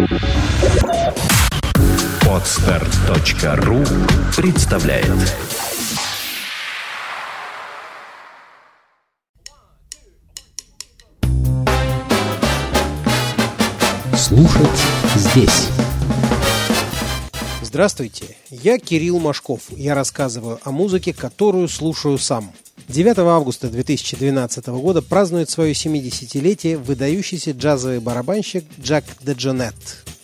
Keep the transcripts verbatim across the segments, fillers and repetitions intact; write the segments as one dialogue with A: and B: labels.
A: Подстер точка ру представляет.
B: Слушать здесь.
C: Здравствуйте, я Кирилл Машков. Я рассказываю о музыке, которую слушаю сам. девятого августа две тысячи двенадцатого года празднует свое семидесятилетие выдающийся джазовый барабанщик Джек Деджонет.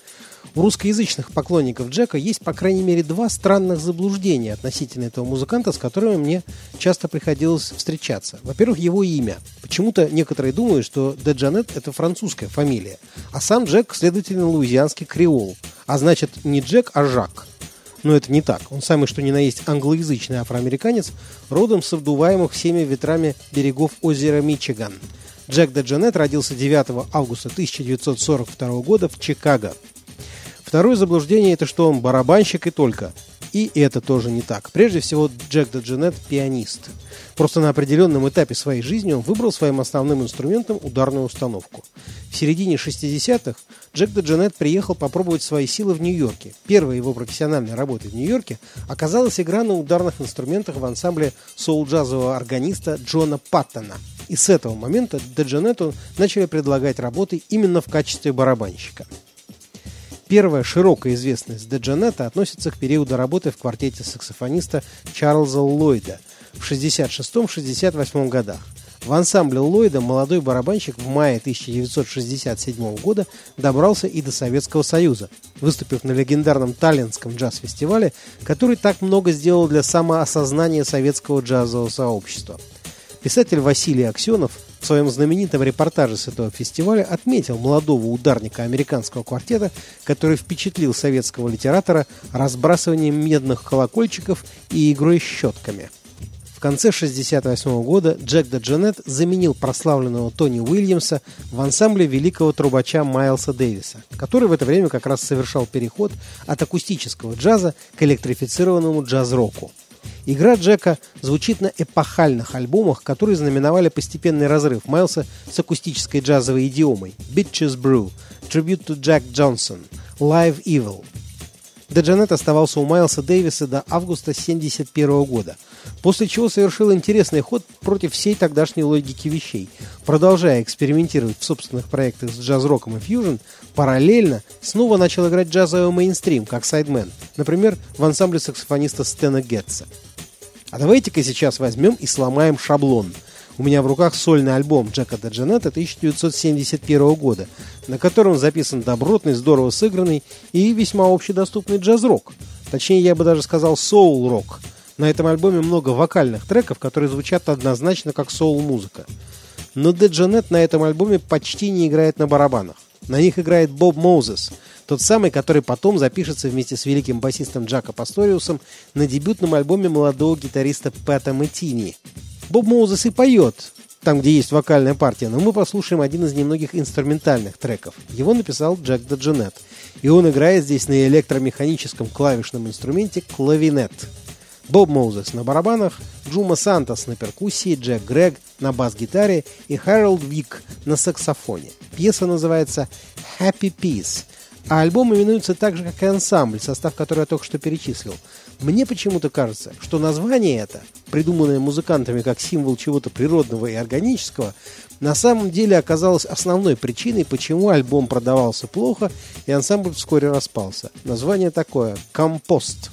C: У русскоязычных поклонников Джека есть, по крайней мере, два странных заблуждения относительно этого музыканта, с которыми мне часто приходилось встречаться. Во-первых, его имя. Почему-то некоторые думают, что Деджонет – это французская фамилия, а сам Джек, следовательно, луизианский креол. А значит, не Джек, а Жак. Но это не так. Он самый что ни на есть англоязычный афроамериканец, родом с обдуваемых всеми ветрами берегов озера Мичиган. Джек Деджонет родился девятого августа тысяча девятьсот сорок второго года в Чикаго. Второе заблуждение – это что он барабанщик и только. И это тоже не так. Прежде всего, Джек Деджонет – пианист. Просто на определенном этапе своей жизни он выбрал своим основным инструментом ударную установку. В середине шестидесятых Джек Деджонет приехал попробовать свои силы в Нью-Йорке. Первой его профессиональной работой в Нью-Йорке оказалась игра на ударных инструментах в ансамбле соул-джазового органиста Джона Паттона. И с этого момента Деджонету начали предлагать работы именно в качестве барабанщика. Первая широкая известность Деджонета относится к периоду работы в квартете саксофониста Чарльза Ллойда в шестьдесят шестом — шестьдесят восьмом годах. В ансамбле Ллойда молодой барабанщик в мае тысяча девятьсот шестьдесят седьмого года добрался и до Советского Союза, выступив на легендарном Таллинском джаз-фестивале, который так много сделал для самоосознания советского джазового сообщества. Писатель Василий Аксенов в своем знаменитом репортаже с этого фестиваля отметил молодого ударника американского квартета, который впечатлил советского литератора разбрасыванием медных колокольчиков и игрой щетками. В конце шестьдесят восьмого года Джек Деджонет заменил прославленного Тони Уильямса в ансамбле великого трубача Майлса Дэвиса, который в это время как раз совершал переход от акустического джаза к электрифицированному джаз-року. Игра Джека звучит на эпохальных альбомах, которые знаменовали постепенный разрыв Майлса с акустической джазовой идиомой Bitches Brew, Tribute to Jack Johnson, Live Evil. Деджонет оставался у Майлса Дэвиса до августа семьдесят первого года, после чего совершил интересный ход против всей тогдашней логики вещей, продолжая экспериментировать в собственных проектах с джаз-роком и фьюжн, параллельно снова начал играть джазовый мейнстрим, как сайдмен, например, в ансамбле саксофониста Стэна Гетца. А давайте-ка сейчас возьмем и сломаем шаблон. У меня в руках сольный альбом Джека Деджонета тысяча девятьсот семьдесят первого года, на котором записан добротный, здорово сыгранный и весьма общедоступный джаз-рок. Точнее, я бы даже сказал соул-рок. На этом альбоме много вокальных треков, которые звучат однозначно как соул-музыка. Но Деджонет на этом альбоме почти не играет на барабанах. На них играет Боб Моузес, тот самый, который потом запишется вместе с великим басистом Джако Пасториусом на дебютном альбоме молодого гитариста Пэта Метини. Боб Моузес и поет там, где есть вокальная партия, но мы послушаем один из немногих инструментальных треков. Его написал Джек Деджонет, и он играет здесь на электромеханическом клавишном инструменте клавинет. Боб Моузес на барабанах, Джума Сантос на перкуссии, Джек Грег на бас-гитаре и Хэролд Вик на саксофоне. Пьеса называется «Happy Peace», а альбом именуется так же, как и ансамбль, состав который я только что перечислил. Мне почему-то кажется, что название это, придуманное музыкантами как символ чего-то природного и органического, на самом деле оказалось основной причиной, почему альбом продавался плохо и ансамбль вскоре распался. Название такое – «Компост».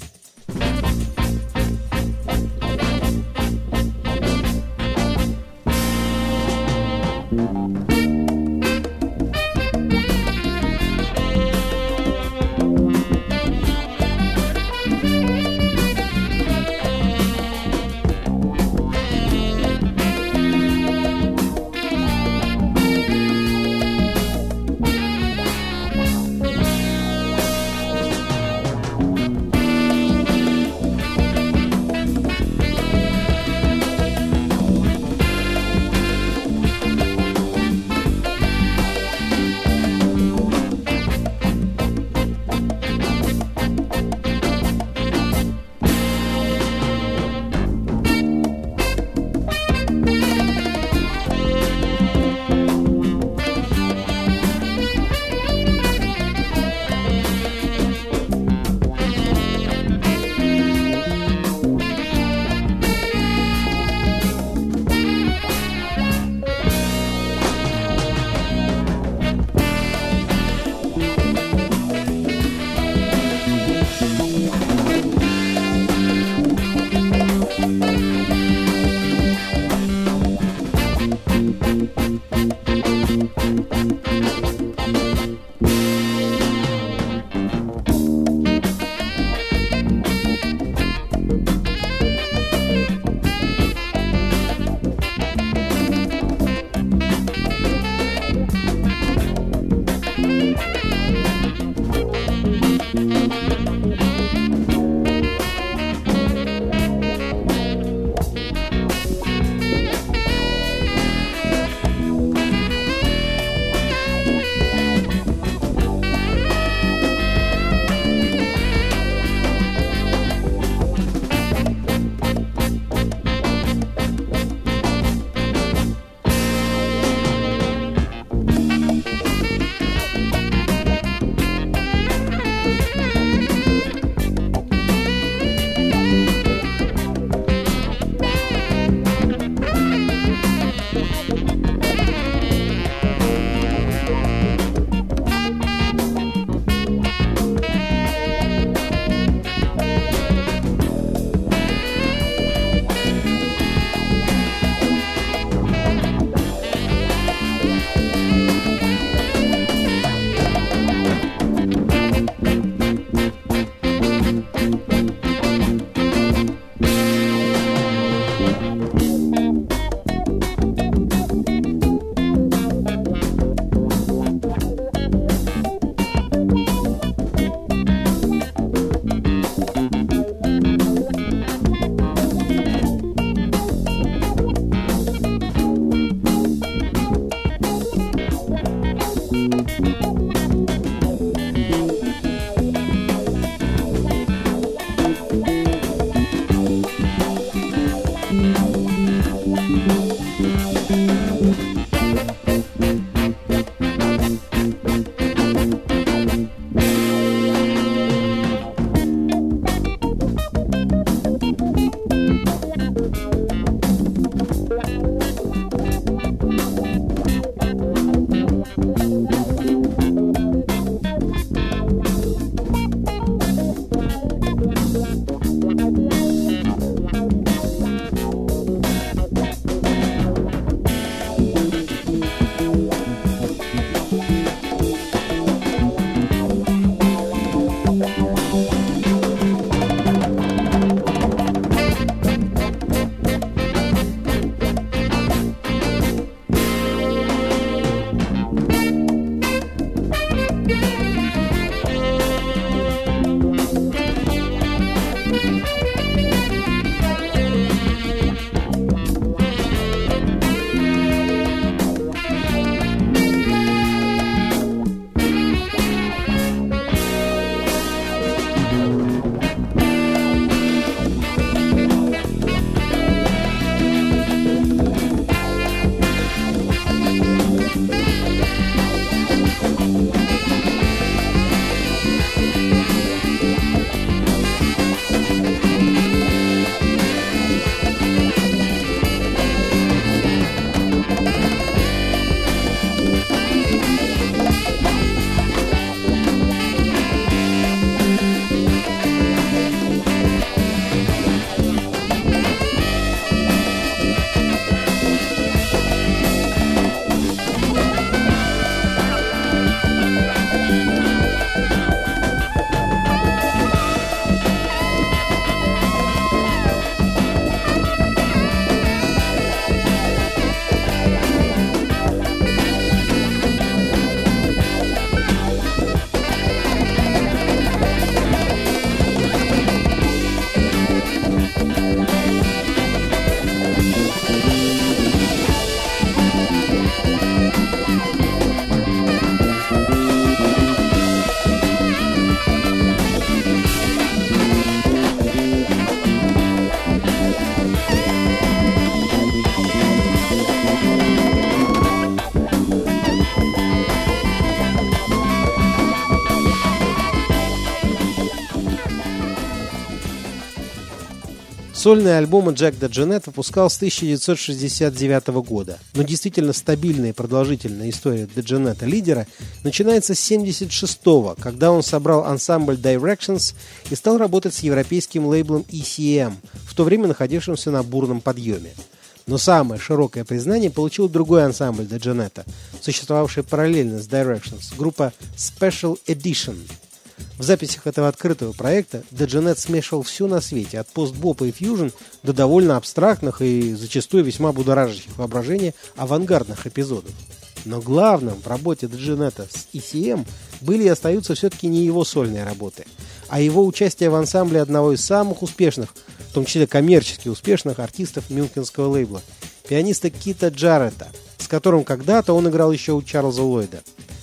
C: Сольные альбомы Джек DeJohnette выпускал с тысяча девятьсот шестьдесят девятого года, но действительно стабильная и продолжительная история DeJohnette лидера начинается с семьдесят шестого, когда он собрал ансамбль Directions и стал работать с европейским лейблом и си эм, в то время находившимся на бурном подъеме. Но самое широкое признание получил другой ансамбль DeJohnette, существовавший параллельно с Directions, группа Special Edition. В записях этого открытого проекта DeJohnette смешивал все на свете, от постбопа и фьюжн до довольно абстрактных и зачастую весьма будоражащих воображение авангардных эпизодов. Но главным в работе DeJohnette с и си эм были и остаются все-таки не его сольные работы, а его участие в ансамбле одного из самых успешных, в том числе коммерчески успешных артистов мюнхенского лейбла, пианиста Кита Джарретта, с которым когда-то он играл еще у Чарльза Ллойда.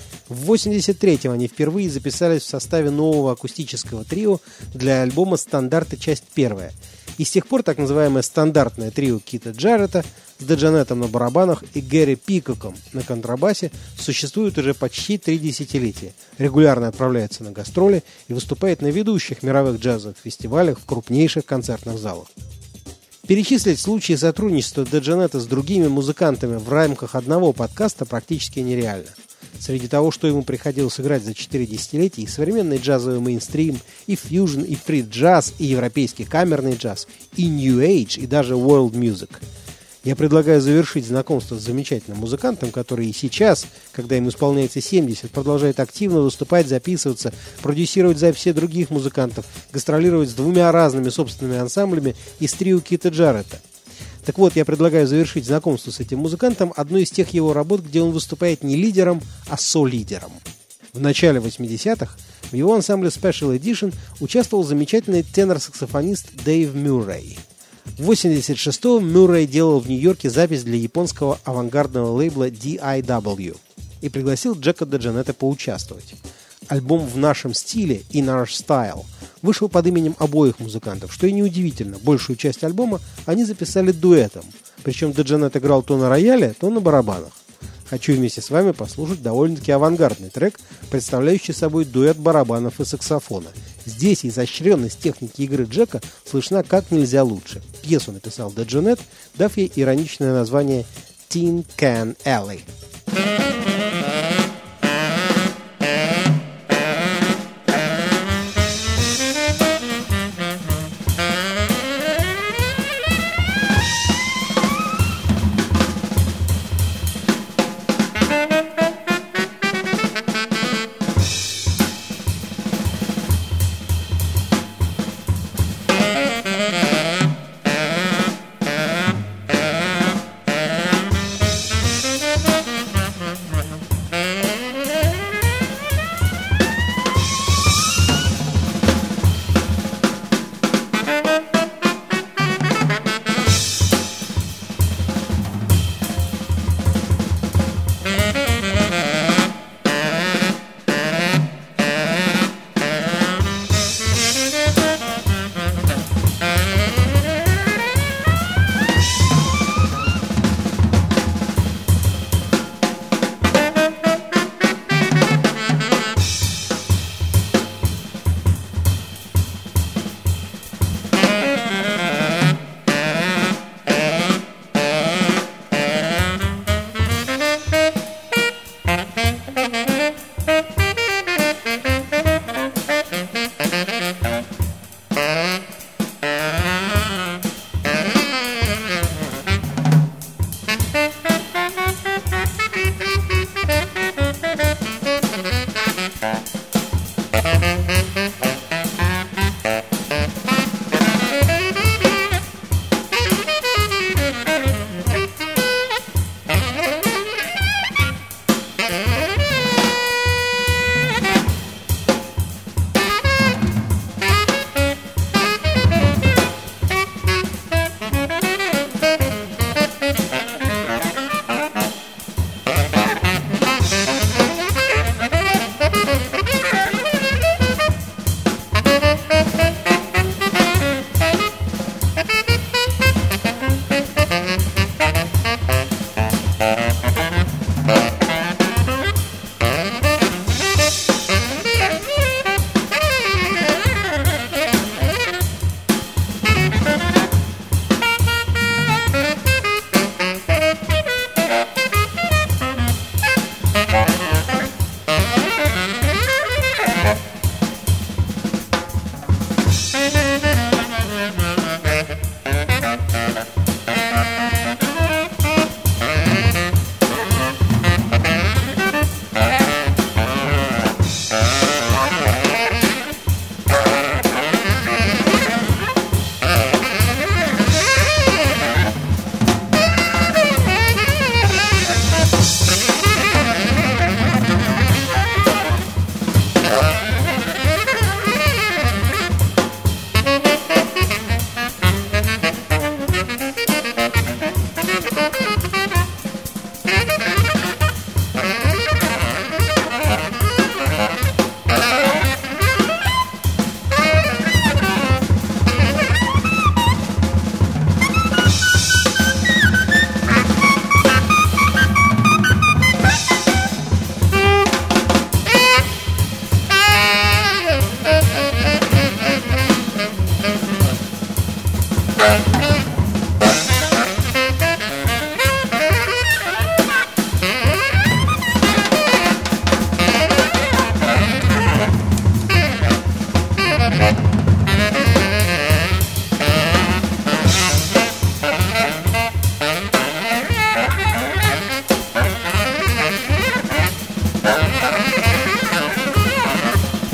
C: В восемьдесят третьем они впервые записались в составе нового акустического трио для альбома «Стандарты. Часть первая». И с тех пор так называемое стандартное трио Кита Джарретта с DeJohnette на барабанах и Гэри Пикоком на контрабасе существует уже почти три десятилетия, регулярно отправляется на гастроли и выступает на ведущих мировых джазовых фестивалях в крупнейших концертных залах. Перечислить случаи сотрудничества DeJohnette с другими музыкантами в рамках одного подкаста практически нереально. Среди того, что ему приходилось играть за четыре десятилетия, и современный джазовый мейнстрим, и фьюжн, и фри-джаз, и европейский камерный джаз, и New Age, и даже World Music. Я предлагаю завершить знакомство с замечательным музыкантом, который и сейчас, когда ему исполняется семьдесят, продолжает активно выступать, записываться, продюсировать записи других музыкантов, гастролировать с двумя разными собственными ансамблями из трио Кита Джарретта. Так вот, я предлагаю завершить знакомство с этим музыкантом одной из тех его работ, где он выступает не лидером, а со-лидером. В начале восьмидесятых в его ансамбле Special Edition участвовал замечательный тенор-саксофонист Дэйв Мюррей. В восемьдесят шестом Мюррей делал в Нью-Йорке запись для японского авангардного лейбла ди ай дабл ю и пригласил Джека DeJohnette поучаствовать. Альбом «В нашем стиле» (In Our Style) вышел под именем обоих музыкантов, что и неудивительно, большую часть альбома они записали дуэтом, причем DeJohnette играл то на рояле, то на барабанах. Хочу вместе с вами послушать довольно-таки авангардный трек, представляющий собой дуэт барабанов и саксофона. Здесь изощренность техники игры Джека слышна как нельзя лучше. Пьесу написал DeJohnette, дав ей ироничное название «Tin Can Alley».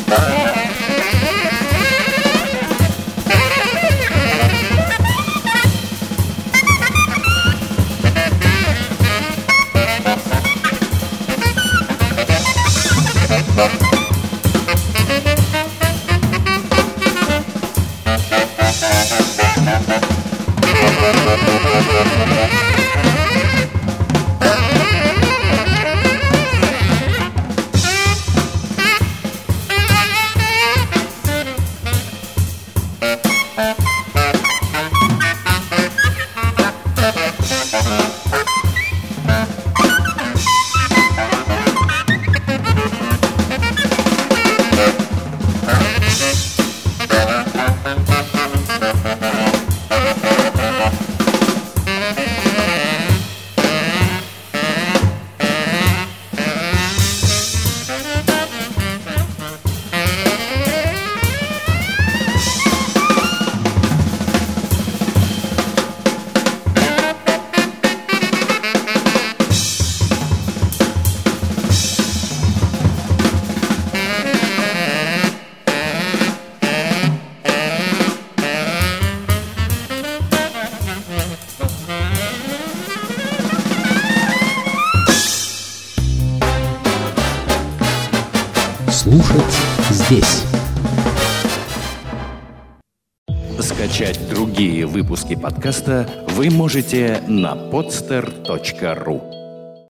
B: Слушать здесь.
A: Скачать другие выпуски подкаста вы можете на podster точка ру.